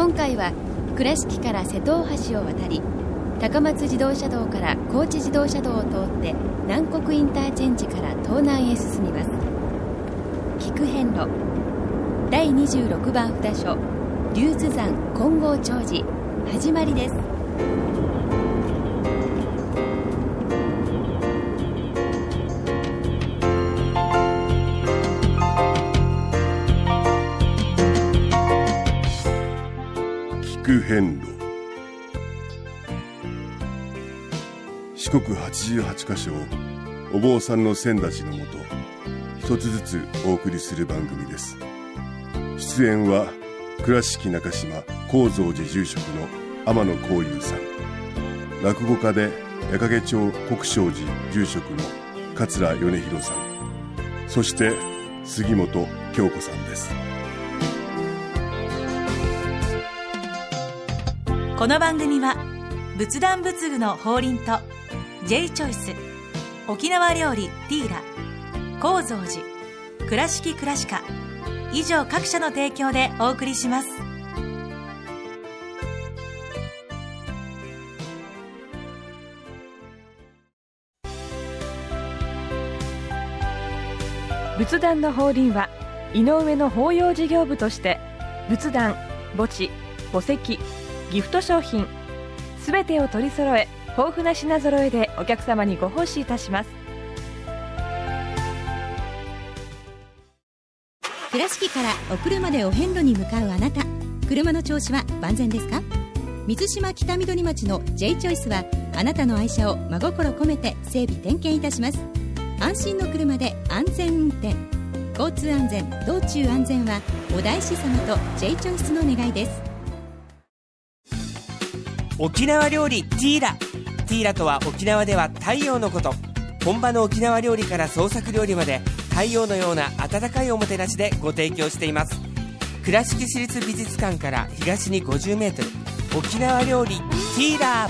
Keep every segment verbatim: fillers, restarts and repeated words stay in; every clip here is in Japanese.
今回は倉敷から瀬戸大橋を渡り、高松自動車道から高知自動車道を通って南国インターチェンジから東南へ進みます。菊遍路だいにじゅうろくばん札所龍頭山金剛長寺、始まりです。 菊遍路、四国はちじゅうはちカ所をお坊さんの先立ちのもと一つずつお送りする番組です。出演は倉敷中島・高蔵寺住職の天野幸雄さん、落語家で矢掛町国生寺住職の桂米広さん、そして杉本京子さんです。 この番組は仏壇仏具の法輪と J チョイス、沖縄料理ティーラ、高蔵寺、倉敷倉歯科以上各社の提供でお送りします。 仏壇の法輪は井上の法要事業部として仏壇、墓地、墓石、ギフト商品すべてを取り揃え、豊富な品揃えでお客様にご奉仕いたします。 倉敷からお車でお遍路に向かうあなた、車の調子は万全ですか？水島北緑町の J チョイスはあなたの愛車を真心込めて整備点検いたします。安心の車で安全運転、交通安全、道中安全はお大師様と J チョイスの願いです。 沖縄料理ティーラ。ティーラとは沖縄では太陽のこと。本場の沖縄料理から創作料理まで太陽のような温かいおもてなしでご提供しています。倉敷市立美術館から東にごじゅうメートル、沖縄料理ティーラ。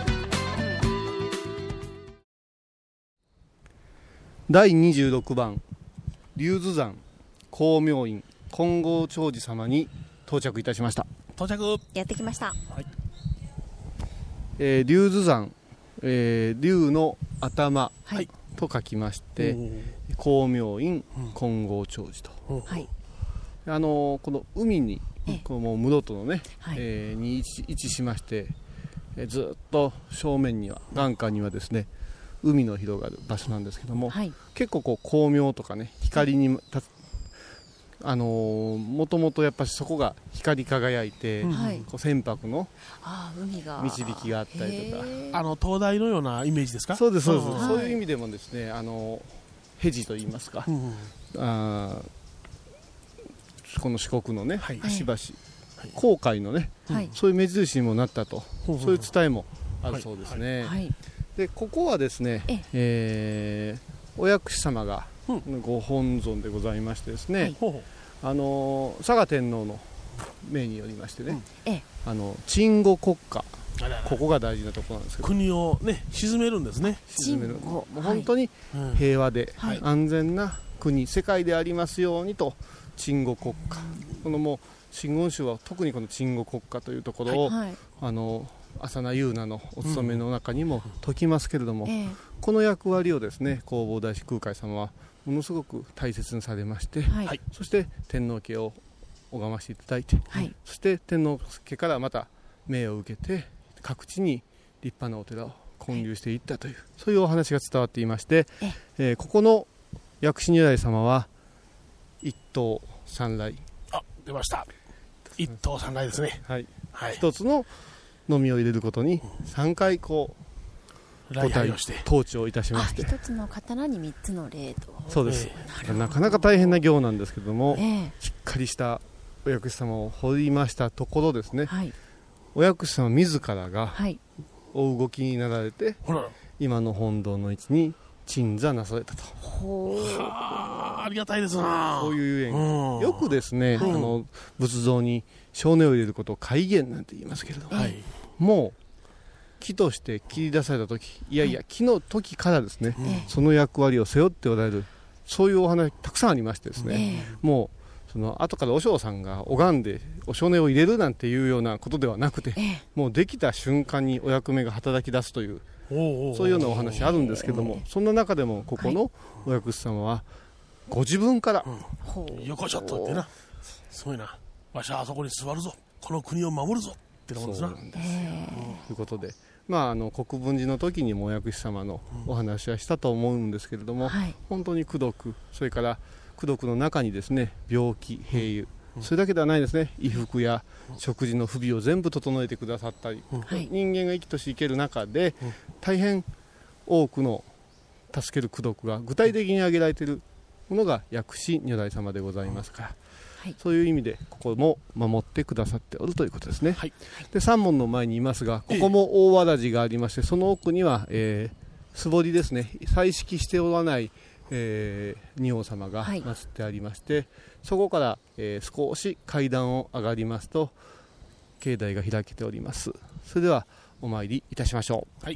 だいにじゅうろくばん龍頭山光明院金剛長寺様に到着いたしました。 到着やってきました。はい、 えー、龍頭山、えー、龍の頭と書きまして、はい、光明院金剛長寺と、はい、あのー、この海にこの室戸のね、はい、えー、に位置、位置しまして、えー、ずっと正面には眼下にはですね海の広がる場所なんですけども、はい、結構こう光明とかね光に立つ、あのー、もともとやっぱりそこが光り輝いて、はい、こう船舶の導きがあったりとか、 あの灯台のようなイメージですか？ そうですそうです、はい、そういう意味でもですね、あのヘジといいますか、うん、あこの四国のね、はい、しばし航海のね、はい、そういう目印にもなったと、はい、そういう伝えもあるそうですね、はいはい、でここはですね、ええー、お薬師様がご本尊でございましてですね、はい、あの佐賀天皇の命によりましてね、うん、あの鎮護国家、ここが大事なところなんですけど、 国をね鎮めるんですね。 鎮める、もう本当に平和で安全な国、はい、世界でありますようにと鎮護国家、このもう真言宗は特にこの鎮護国家というところを、はい、あの浅名優奈のお勤めの中にも説きますけれども、うんえー、この役割をですね弘法大師空海様はものすごく大切にされまして、はい、そして天皇家を拝ましていただいて、はい、そして天皇家からまた命を受けて各地に立派なお寺を建立していったという、そういうお話が伝わっていまして、ええー、ここの薬師如来様は一刀三来、 あ、出ました、一刀三来ですね、 はいはい、一つののみを入れることにさんかいこう礼拝をして統治をいたしまして、 一つの刀にみっつの礼と、 そうです、えー、なかなか大変な行なんですけども、えー、しっかりしたお薬師様を彫りましたところですね、はい、お薬師様自らがお動きになられて、はい、今の本堂の位置に鎮座なされたと。 ほー、はあ、ありがたいですな。 こういうゆえん、よくですね、はい、あの仏像に性根を入れることを戒厳なんて言いますけれども、はい、もう木として切り出された時、いやいや、はい、木の時からですね、うん、その役割を背負っておられる、そういうお話たくさんありましてですね、えー、もうその後から和尚さんが拝んでお性根を入れるなんていうようなことではなくて、 ええ、 もうできた瞬間にお役目が働き出すというそういうようなお話あるんですけども、そんな中でもここのお薬師様はご自分から、 うん、よこしょっとってな、すごいな、わしはあそこに座るぞ、この国を守るぞってことですな。そうなんですよ、 ということで、まあ、あの国分寺の時にもお薬師様のお話はしたと思うんですけれども、うん、はい、本当に功徳、それから功徳の中にですね、病気、平癒、うん、それだけではないですね、衣服や食事の不備を全部整えてくださったり、うん、人間が生きとし生ける中で、うん、大変多くの助ける功徳が具体的に挙げられているものが薬師如来様でございますから、うん、はい、そういう意味でここも守ってくださっておるということですね、はい、で三門の前にいますが、ここも大わらじがありまして、その奥には、えー、素彫りですね、彩色しておらないえー、仁王様が祀ってありまして、はい、そこから、えー、少し階段を上がりますと境内が開けております。それではお参りいたしましょう。はい、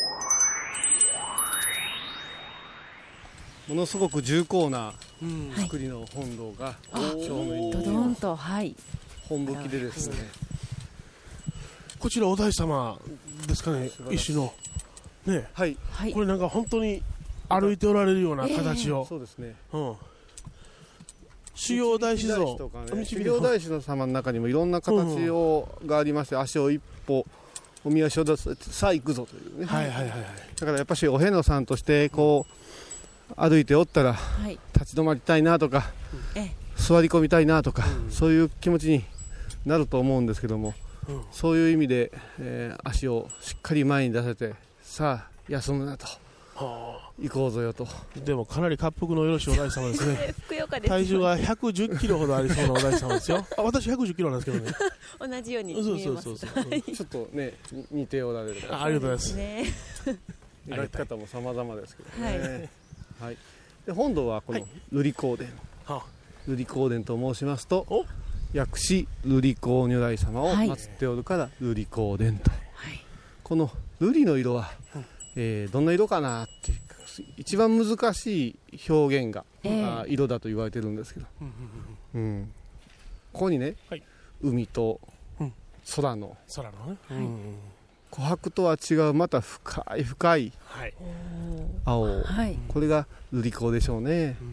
ものすごく重厚な造りの本堂が正面にドドンと、はい、本吹きでですね、 こちらお大師様ですかね、石のね、はい、これなんか本当に歩いておられるような形を、えー、そうですね、うん、修行大師像とかね、修行大師様の中にもいろんな形を、うん、がありまして、足を一歩おみ足を出す、さあ行くぞというね、はいはいはいはい、だからやっぱしお遍路さんとしてこう歩いておったら、はい、立ち止まりたいなとか、うん、座り込みたいなとか、うん、そういう気持ちになると思うんですけども、うん、そういう意味で、えー、足をしっかり前に出せて、さあ休むなと、はあ、行こうぞよと。 でもかなり恰幅のよろしいお大師様ですねふくよかです。体重がひゃくじゅっキロほどありそうなお大師様ですよあ、私ひゃくじゅっキロなんですけどね同じように見えます。そうそうそうそうちょっとね似ておられるあ、ありがとうございます、ね、 描き方も様々ですけどね、はいはい、で本堂はこの瑠璃光殿、はい、瑠璃光殿と申しますと、薬師瑠璃光如来様を祀っておるから瑠璃光殿と、はい、この瑠璃の色は、うんえー、どんな色かなって一番難しい表現が、えー、色だと言われてるんですけど、うんうん、ここにね、はい、海と空の、 空のね、 はい、琥珀とは違うまた深い深い青、はい、これが瑠璃光でしょうね、うん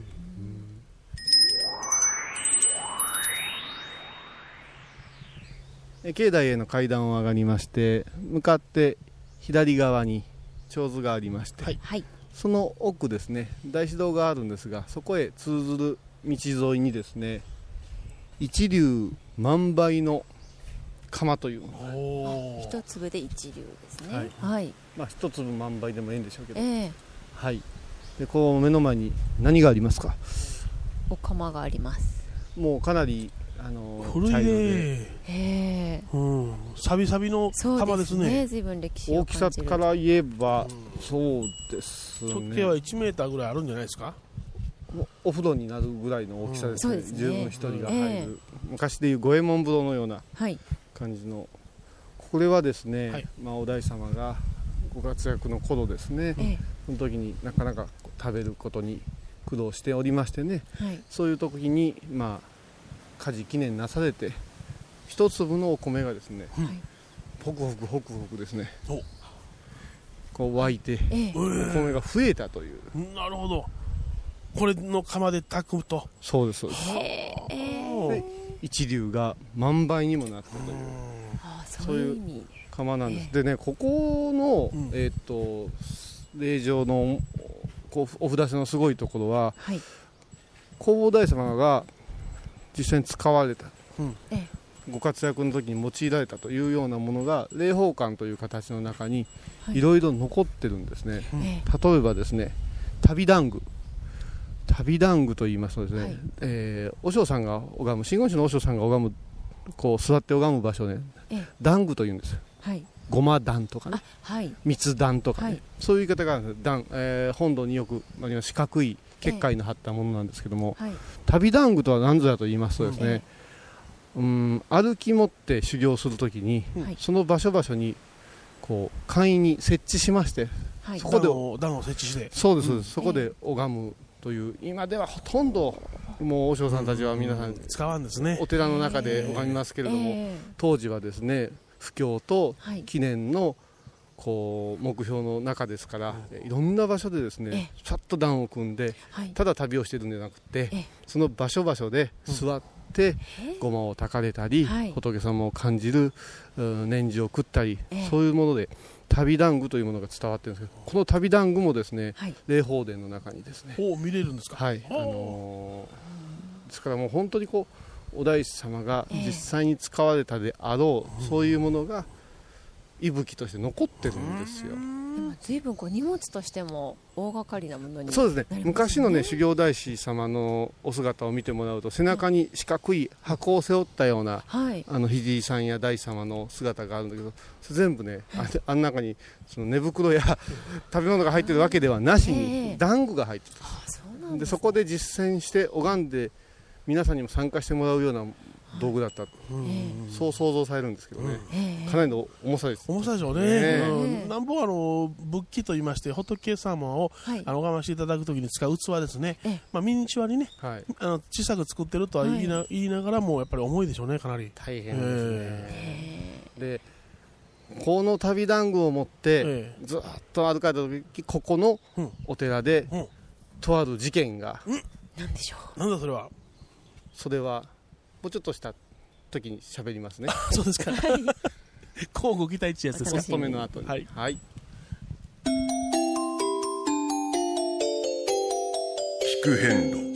うん、境内への階段を上がりまして、向かって左側に手水がありまして、はい、その奥ですね、大師堂があるんですが、そこへ通ずる道沿いにですね、一粒万倍の釜というのが、 一粒で一粒ですね、 はいはい、まあ、一粒万倍でもいいんでしょうけど、えーはい、でこう目の前に何がありますか？ お釜があります。 もうかなりあの古いね、へー、うん、サビサビの釜ですね。そうですね、 随分歴史を感じる。 大きさから言えば、うん、そうですね、 直径はいちメーターぐらいあるんじゃないですか。 お風呂になるぐらいの大きさですね、うん、十分一人が入る、えー、昔でいう五右衛門風呂のような感じの、はい、これはですね、はい、まあ、お大師様がご活躍の頃ですね、えー、その時になかなか食べることに苦労しておりましてね、はい、そういう時にまあ家事記念なされて、一粒のお米がですね、はい、ホクホクホクホクですね、こう沸いて、えー、お米が増えたという。 なるほど、これの釜で炊くと。 そうですそうです。で一粒が万倍にもなったという、あ、そういう釜なんです、えー、でね、ここの、うん、えー、っと霊場のこうお札所のすごいところは、はい、弘法大師様が実際に使われた、うん、ご活躍の時に用いられたというようなものが霊宝館という形の中にいろいろ残ってるんですね、はい、例えばですね、旅談具旅談具と言いますとですね、はい、えー、和尚さんが拝む、真言宗の和尚さんが拝む、こう座って拝む場所ね、談具というんですよ、はい、ごま段とかね、はい、密段とかね、はい、そういう言い方があるんです。段、えー、本堂によく四角い結界の張ったものなんですけども、えーはい、旅談具とは何ぞやと言いますとですね、えー、うん歩き持って修行するときに、はい、その場所場所にこう簡易に設置しまして、はい、そこで段を設置して、 そうです、うん、そこで拝むという、今ではほとんどもう和尚さんたちは皆さん、うん、 使わんですね。 お寺の中で拝みますけれども、えー、当時はですね布教と記念のこう目標の中ですから、はい、いろんな場所でですねちゃっと段を組んで、はい、ただ旅をしているんじゃなくて、その場所場所で座って、うん、ごまを炊かれたり、はい、仏様を感じる念じを食ったり、そういうもので旅談具というものが伝わってるんですけど、この旅談具もですね、はい、霊宝殿の中にですねお見れるんですか。 はい、あのー、ですからもう本当にこうお大師様が実際に使われたであろう、えー、そういうものが息吹として残ってるんですよ。でも随分こう荷物としても大掛かりなものになりますね。 そうですね。昔のね修行大師様のお姿を見てもらうと、背中に四角い箱を背負ったような、はい、あの肘井さんや大師様の姿があるんだけど、全部ね、はい、あん中にその寝袋や食べ物が入ってるわけではなしに談具が入ってる。あ、そうなんですね。でそこで実践して拝んで皆さんにも参加してもらうような道具だった、うん、そう想像されるんですけどね、うん、かなりの重さです。 重さでしょうね。ね、うん、なんぼあの仏器といいまして仏様を、はい、あの拝ましていただくときに使う器ですね、まあ、ミニチュアにね、はい、あの小さく作ってるとは言いな、はい、言いながらもやっぱり重いでしょうね。かなり大変ですね。でこの旅談具を持ってずっと歩かれたとき、ここのお寺で、うんうん、とある事件が、 うん、なんでしょう。 なんだそれは。 それはもうちょっとした時に喋りますね。 そうですか。交互期待ってやつですか。 お勤めの後に。はい。はい、 聞く遍路。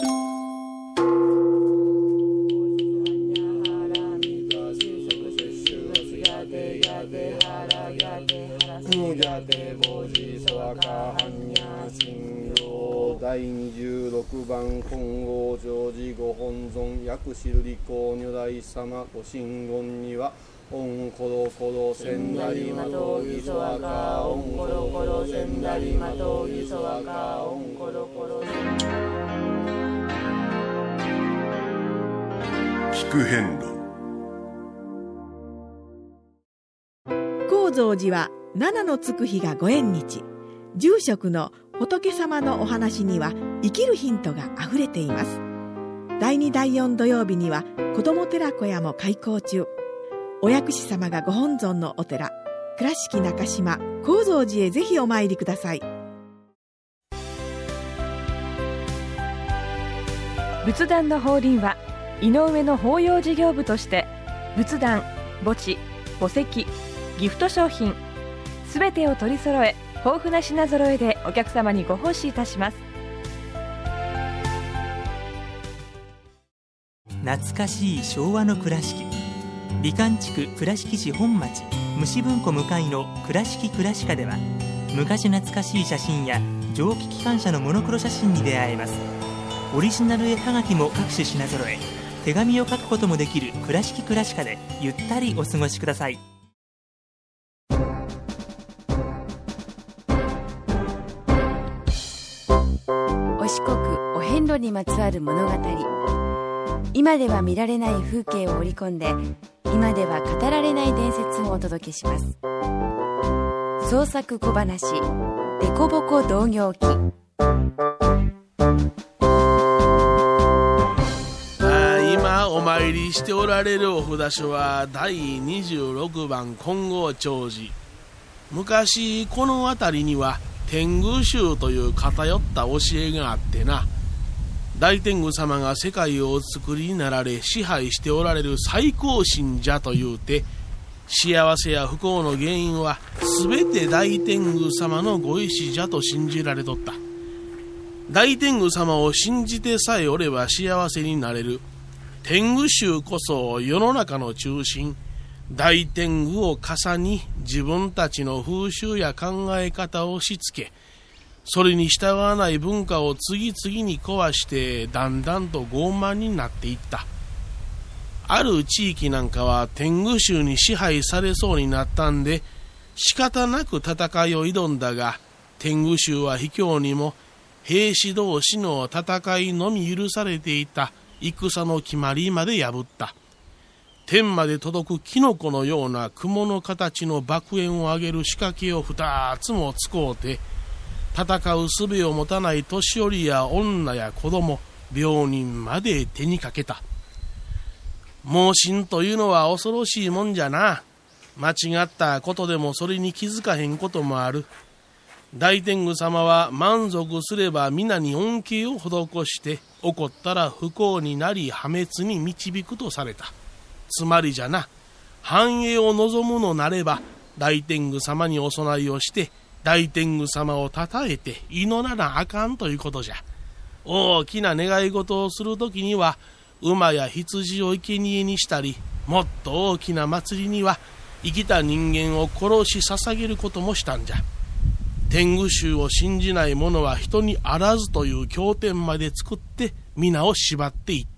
だいにじゅうろくばん金剛成寺ご本尊薬師瑠璃光如来様ご神言にはオンコロコロセンダリマトギソワカオンコロコロセンダリマトギソワカオンコロコロ聞く遍路。 高蔵寺は七のつく日がご縁日。住職の仏様のお話には生きるヒントがあふれています。だいにだいよん土曜日には子ども寺小屋も開校中。お薬師様がご本尊のお寺倉敷中島・高蔵寺へぜひお参りください。 仏壇の法輪は井上の法要事業部として仏壇、墓地、墓石、ギフト商品すべてを取り揃え、豊富な品揃えでお客様にご奉仕いたします。 懐かしい昭和の倉敷、美観地区倉敷市本町虫文庫向かいの倉敷倉歯科では、昔懐かしい写真や蒸気機関車のモノクロ写真に出会えます。オリジナル絵はがきも各種品揃え、手紙を書くこともできる倉敷倉歯科でゆったりお過ごしください。 お四国お遍路にまつわる物語、今では見られない風景を織り込んで、今では語られない伝説をお届けします。創作小話デコボコ同業記。 今お参りしておられるお札所はだいにじゅうろくばん金剛長寺。昔この辺りには天狗宗という偏った教えがあってな、大天狗様が世界をお作りになられ支配しておられる最高神者というて、幸せや不幸の原因はすべて大天狗様のご意志じゃと信じられとった。大天狗様を信じてさえおれば幸せになれる天狗宗こそ世の中の中心。大天狗を笠に自分たちの風習や考え方をしつけ、それに従わない文化を次々に壊してだんだんと傲慢になっていった。ある地域なんかは天狗宗に支配されそうになったんで仕方なく戦いを挑んだが、天狗宗は卑怯にも兵士同士の戦いのみ許されていた戦の決まりまで破った。天まで届くキノコのような雲の形の爆炎を上げる仕掛けを二つも使うて、戦う術を持たない年寄りや女や子供、 病人まで手にかけた。盲信というのは恐ろしいもんじゃな。間違ったことでもそれに気づかへんこともある。大天狗様は満足すれば皆に恩恵を施して怒ったら不幸になり破滅に導くとされた。つまりじゃな、繁栄を望むのなれば大天狗様にお供えをして大天狗様をたたえて祈らなあかんということじゃ。大きな願い事をするときには馬や羊を生贄にしたり、もっと大きな祭りには生きた人間を殺し捧げることもしたんじゃ。天狗衆を信じない者は人にあらずという経典まで作って皆を縛っていった。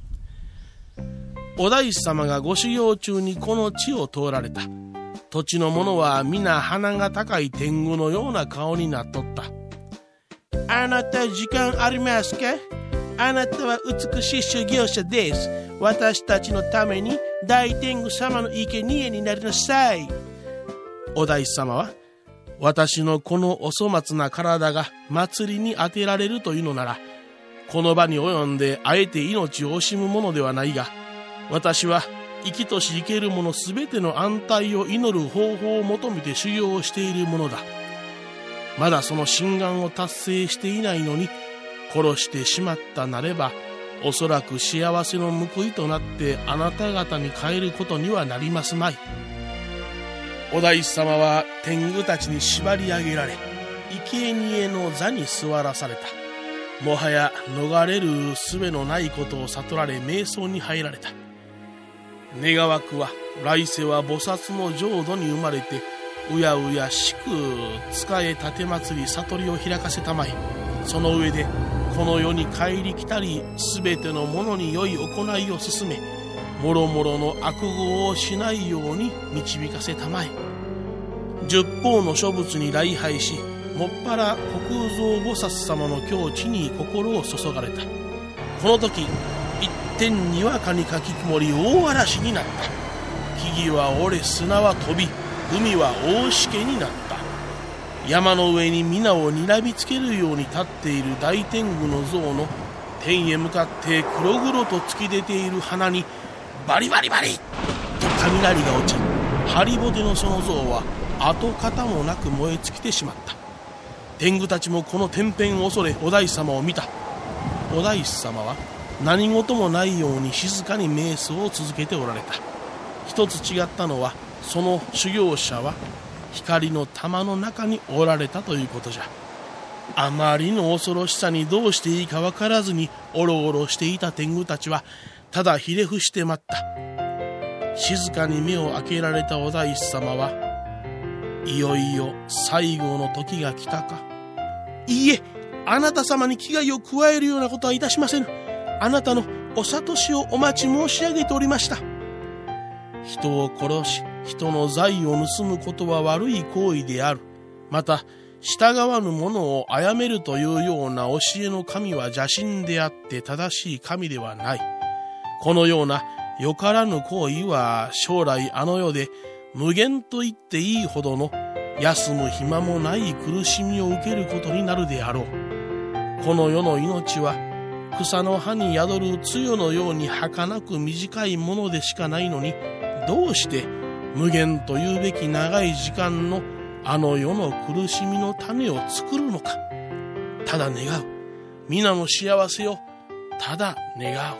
お大師様がご修行中にこの地を通られた。土地の者は皆鼻が高い天狗のような顔になっとった。あなた時間ありますか？あなたは美しい修行者です。私たちのために大天狗様の生贄になりなさい。お大師様は、私のこのお粗末な体が祭りに当てられるというのなら、この場に及んであえて命を惜しむものではないが、私は生きとし生けるものすべての安泰を祈る方法を求めて修行をしているものだ。まだその心願を達成していないのに殺してしまったなれば、おそらく幸せの報いとなってあなた方に帰ることにはなりますまい。お大師様は天狗たちに縛り上げられ、生贄の座に座らされた。もはや逃れる術のないことを悟られ、瞑想に入られた。願わくは来世は菩薩の浄土に生まれて、うやうやしく使え立て祭り悟りを開かせたまえ。その上でこの世に帰り来たり、すべてのものに良い行いを進め、もろもろの悪業をしないように導かせたまえ。十方の諸仏に礼拝し、もっぱら虚空蔵菩薩様の境地に心を注がれた。この時一点にわかにかき曇り大嵐になった。木々は折れ、砂は飛び、海は大しけになった。山の上に皆を睨みつけるように立っている大天狗の像の天へ向かって黒々と突き出ている鼻にバリバリバリと雷が落ち、ハリボテのその像は跡形もなく燃え尽きてしまった。天狗たちもこの天変を恐れお大師様を見た。お大師様は何事もないように静かに瞑想を続けておられた。一つ違ったのは、その修行者は光の玉の中におられたということじゃ。あまりの恐ろしさにどうしていいか分からずにおろおろしていた天狗たちはただひれ伏して待った。静かに目を開けられたお大師様は、いよいよ最後の時が来たか。いいえ、あなた様に危害を加えるようなことはいたしませぬ。あなたのお諭しをお待ち申し上げておりました。人を殺し人の財を盗むことは悪い行為である。また従わぬ者を殺めるというような教えの神は邪神であって正しい神ではない。このようなよからぬ行為は将来あの世で無限と言っていいほどの休む暇もない苦しみを受けることになるであろう。この世の命は草の葉に宿る露のように儚く短いものでしかないのに、どうして無限というべき長い時間のあの世の苦しみの種を作るのか。ただ願う。皆の幸せをただ願う。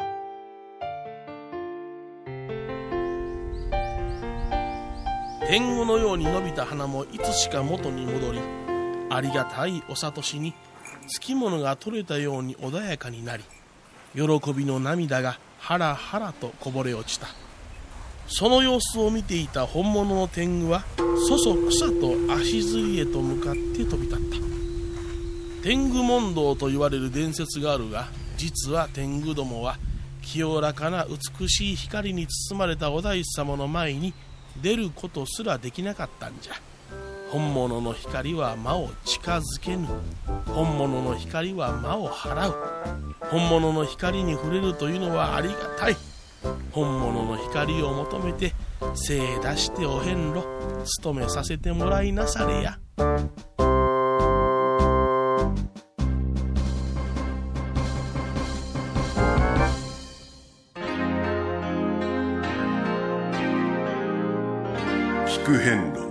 天狗のように伸びた花もいつしか元に戻り、ありがたいお諭しにつきものが取れたように穏やかになり、喜びの涙がハラハラとこぼれ落ちた。その様子を見ていた本物の天狗はそそくさと足ずりへと向かって飛び立った。天狗問答と言われる伝説があるが、実は天狗どもは清らかな美しい光に包まれたお大師様の前に出ることすらできなかったんじゃ。本物の光は魔を近づけぬ。本物の光は魔を払う。本物の光に触れるというのはありがたい。本物の光を求めて精出してお遍路務めさせてもらいなされや。 く遍路。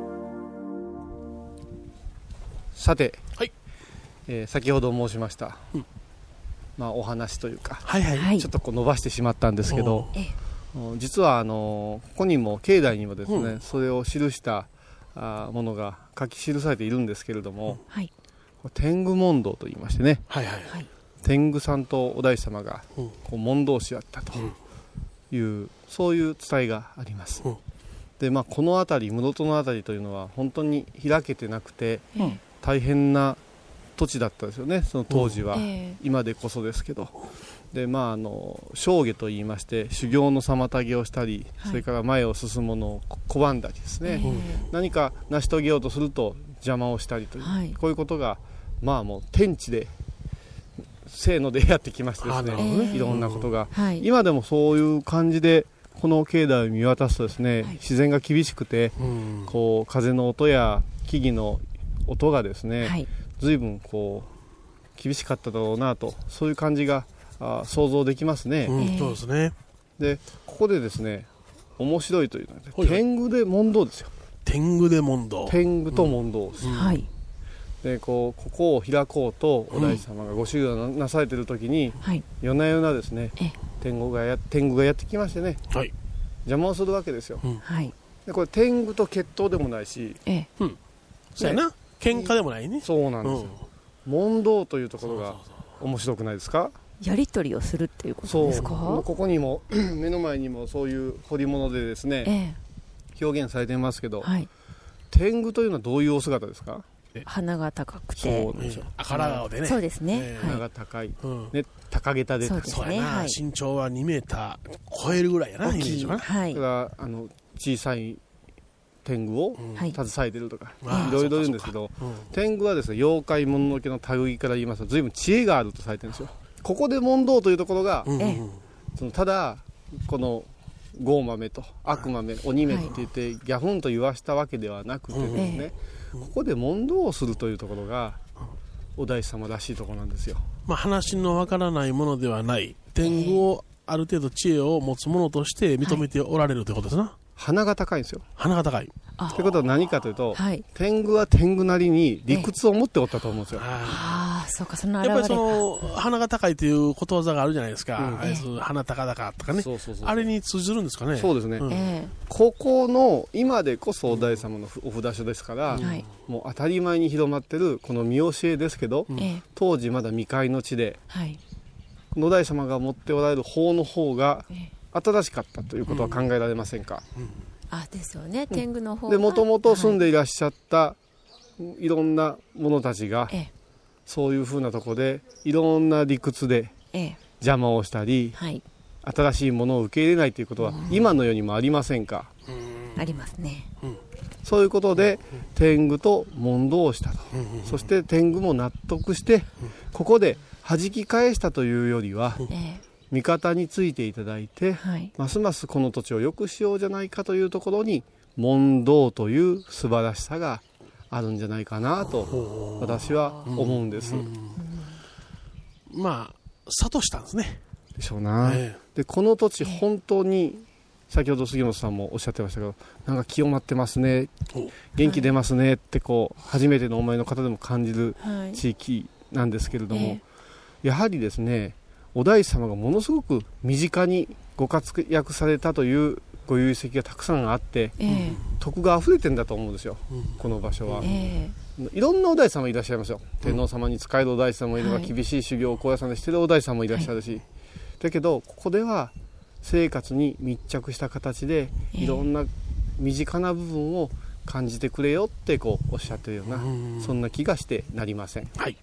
さて、 はい、 えー、先ほど申しました、うん、まあ、お話というか、 はいはい、 ちょっとこう伸ばしてしまったんですけど、実はあのここにも境内にもですね、うん、それを記したあものが書き記されているんですけれども、はい、天狗問答といいましてね、はいはいはい、天狗さんとお大師様がこう問答し合ったという、うん、そういう伝えがあります、うん、で、まあ、この辺り室戸の辺りというのは本当に開けてなくて、うん、大変な土地だったですよね、その当時は、うんえー、今でこそですけど、で、まあ、あの生涯といいまして修行の妨げをしたり、はい、それから前を進むのを拒んだりですね、えー、何か成し遂げようとすると邪魔をしたりという、はい、こういうことが、まあ、もう天地でせーのでやってきましてですね、えー、いろんなことが、はい、今でもそういう感じでこの境内を見渡すとですね、はい、自然が厳しくて、うん、こう風の音や木々の音がですね、はい、随分こう厳しかっただろうなと、そういう感じがあ想像できますね、 うん、そうですね。 でここでですね面白いというのは、ね、天狗で問答ですよ。 天狗で問答、 天狗と問答です、うんうん、でこうここを開こうとお大師様がご修行なされている時に、うん、夜な夜なですね、天狗がや天狗がやってきましてね、はい、邪魔をするわけですよ、うん、でこれ天狗と決闘でもないし、ええ、うん、 そうやな、喧嘩でもないね。 そうなんですよ、うん、問答というところが面白くないですか。 やり取りをするっていうことですか。 そう、ここにも目の前にもそういう彫り物でですね、ええ、表現されてますけど、はい、天狗というのはどういうお姿ですか。 鼻が高くて、 そうなんですよ、 赤ら顔でね、 そうですね、 えー、鼻が高い、うん、ね、高げたで、 そうですね、はい、身長はにメーター超えるぐらいやな、イメージはな、 はい、だからあの小さい天狗を携えているとか、うん、いろいろ言うんですけど、うん、天狗はですね妖怪もののけの類から言いますと随分知恵があるとされてるんですよ。ここで問答というところが、うんうん、そのただこのゴー豆と悪豆、鬼豆って言って、はい、ギャフンと言わしたわけではなくてですね、うん、ここで問答をするというところがお大師様らしいところなんですよ。 まあ、話のわからないものではない天狗をある程度知恵を持つものとして認めておられるということですな、はい、 鼻が高いんですよ。 鼻が高いということは何かというと、はい、天狗は天狗なりに理屈を持っておったと思うんですよ。 ああ、そうか、そのやっぱりその鼻が高いということわざがあるじゃないですか、うん、あいつ鼻高々とかね、そうそうそうそう、あれに通じるんですかね。 そうですね、うん、えー、ここの今でこそお大師様のお札所ですから、うん、もう当たり前に広まってるこの見教えですけど、うん、当時まだ未開の地で、はい、お大師様が持っておられる法の方が新しかったということは考えられませんか。うんうん、 あ、ですよね、天狗の方が、 でもともと住んでいらっしゃったいろんな者たちが、ええ、そういうふうなところでいろんな理屈で邪魔をしたり、ええ、はい、新しいものを受け入れないということは今の世にもありませんか。 ありますね、うん、 そういうことで天狗と問答をしたと、うん、そして天狗も納得して、うん、ここで弾き返したというよりは、ええ、味方についていただいて、はい、ますますこの土地を良くしようじゃないかというところに問答という素晴らしさがあるんじゃないかなと私は思うんです、うんうんうん、まあ諭したんですね。 でしょうな、ええ、でこの土地本当に先ほど杉本さんもおっしゃってましたけど、なんか清まってますね、元気出ますねってこう初めてのお前の方でも感じる地域なんですけれども、はい、やはりですねお大師様がものすごく身近にご活躍されたというご遺跡がたくさんあって、えー、徳があふれてるんだと思うんですよ、うん、この場所は、えー、いろんなお大師様いらっしゃいますよ、うん、天皇様に仕えるお大師様もいれば、はい、厳しい修行を高野山でしているお大師様もいらっしゃるし、はい、だけどここでは生活に密着した形でいろんな身近な部分を感じてくれよってこうおっしゃってるような、うん、そんな気がしてなりません。 はい、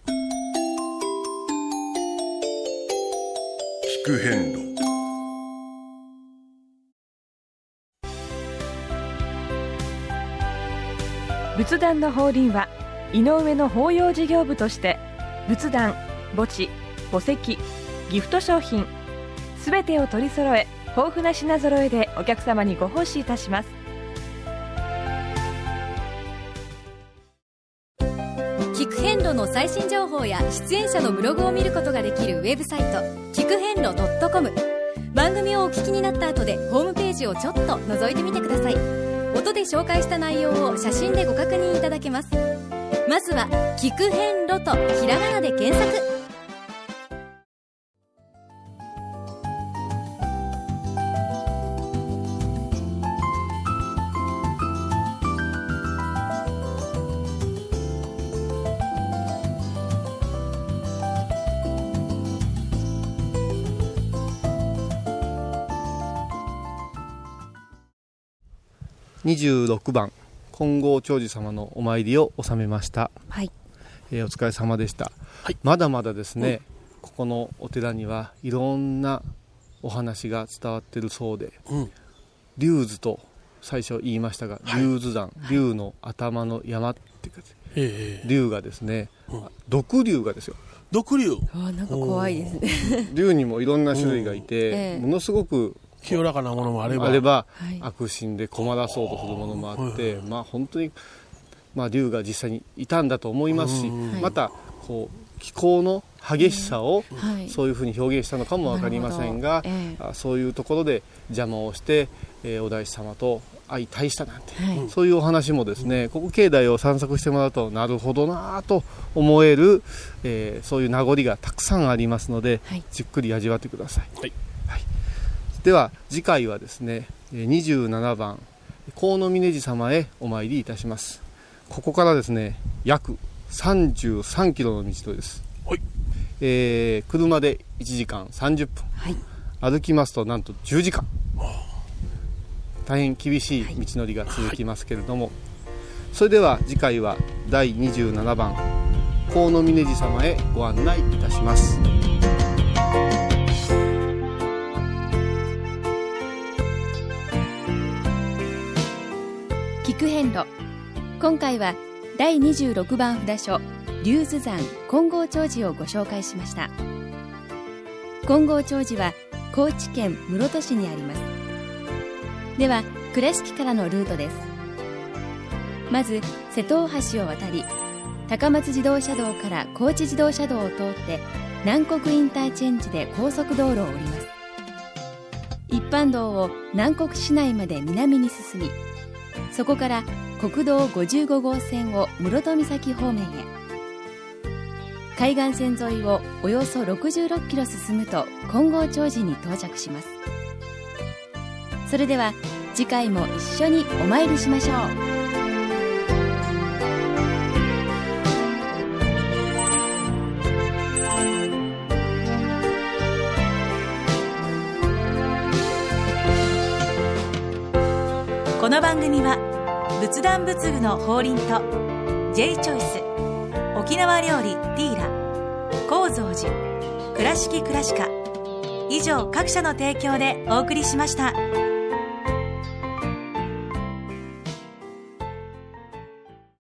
聞く遍路。 仏壇の法輪は井上の法要事業部として仏壇、墓地、墓石、ギフト商品すべてを取り揃え豊富な品揃えでお客様にご奉仕いたします。 聞く遍路の最新情報や出演者のブログを見ることができるウェブサイト聞く遍路 .com、 番組をお聞きになった後でホームページをちょっと覗いてみてください。 音で紹介した内容を写真でご確認いただけます。まずは聞く遍路とひらがなで検索。 にじゅうろくばん金剛長寿様のお参りを収めました、 はい。 えー、お疲れ様でした、 はい、 まだまだですね、うん、ここのお寺にはいろんなお話が伝わっているそうで、うん、龍図と最初言いましたが、はい、龍図山、龍の頭の山って書いて、えー、龍がですね、うん、毒龍がですよ。 毒龍、 あ、なんか怖いですね。 龍にもいろんな種類がいて、えー、ものすごく清らかなものもあれば、 あれば、はい、悪心で困らそうとするものもあって、はい、まあ本当に、まあ、龍が実際にいたんだと思いますし、またこう気候の激しさを、はい、そういうふうに表現したのかも分かりませんが、えー、そういうところで邪魔をして、えー、お大師様と相対したなんて、はい、そういうお話もですね、ここ境内を散策してもらうとなるほどなと思える、えー、そういう名残がたくさんありますので、はい、じっくり味わってください、はいはい。では次回はですね、にじゅうななばん河野峯寺様へお参りいたします。ここからですね約さんじゅうさんキロの道です、はい。えー、車でいちじかんさんじゅっぷん、はい、歩きますとなんとじゅうじかん、大変厳しい道のりが続きますけれども、はい、それでは次回はだいにじゅうななばん河野峯寺様へご案内いたします。 聞く遍路、今回はだいにじゅうろくばん札所龍図山金剛長寿をご紹介しました。金剛長寿は高知県室戸市にあります。では倉敷からのルートです。まず瀬戸大橋を渡り、高松自動車道から高知自動車道を通って南国インターチェンジで高速道路を降ります。一般道を南国市内まで南に進み、そこから国道ごじゅうごごうせんを室戸岬方面へ、海岸線沿いをおよそろくじゅうろっキロ進むと金剛長寿に到着します。それでは次回も一緒にお参りしましょう。 この番組は仏壇仏具の法輪と J チョイス、沖縄料理ティーラ、高蔵寺、倉敷倉歯科以上各社の提供でお送りしました。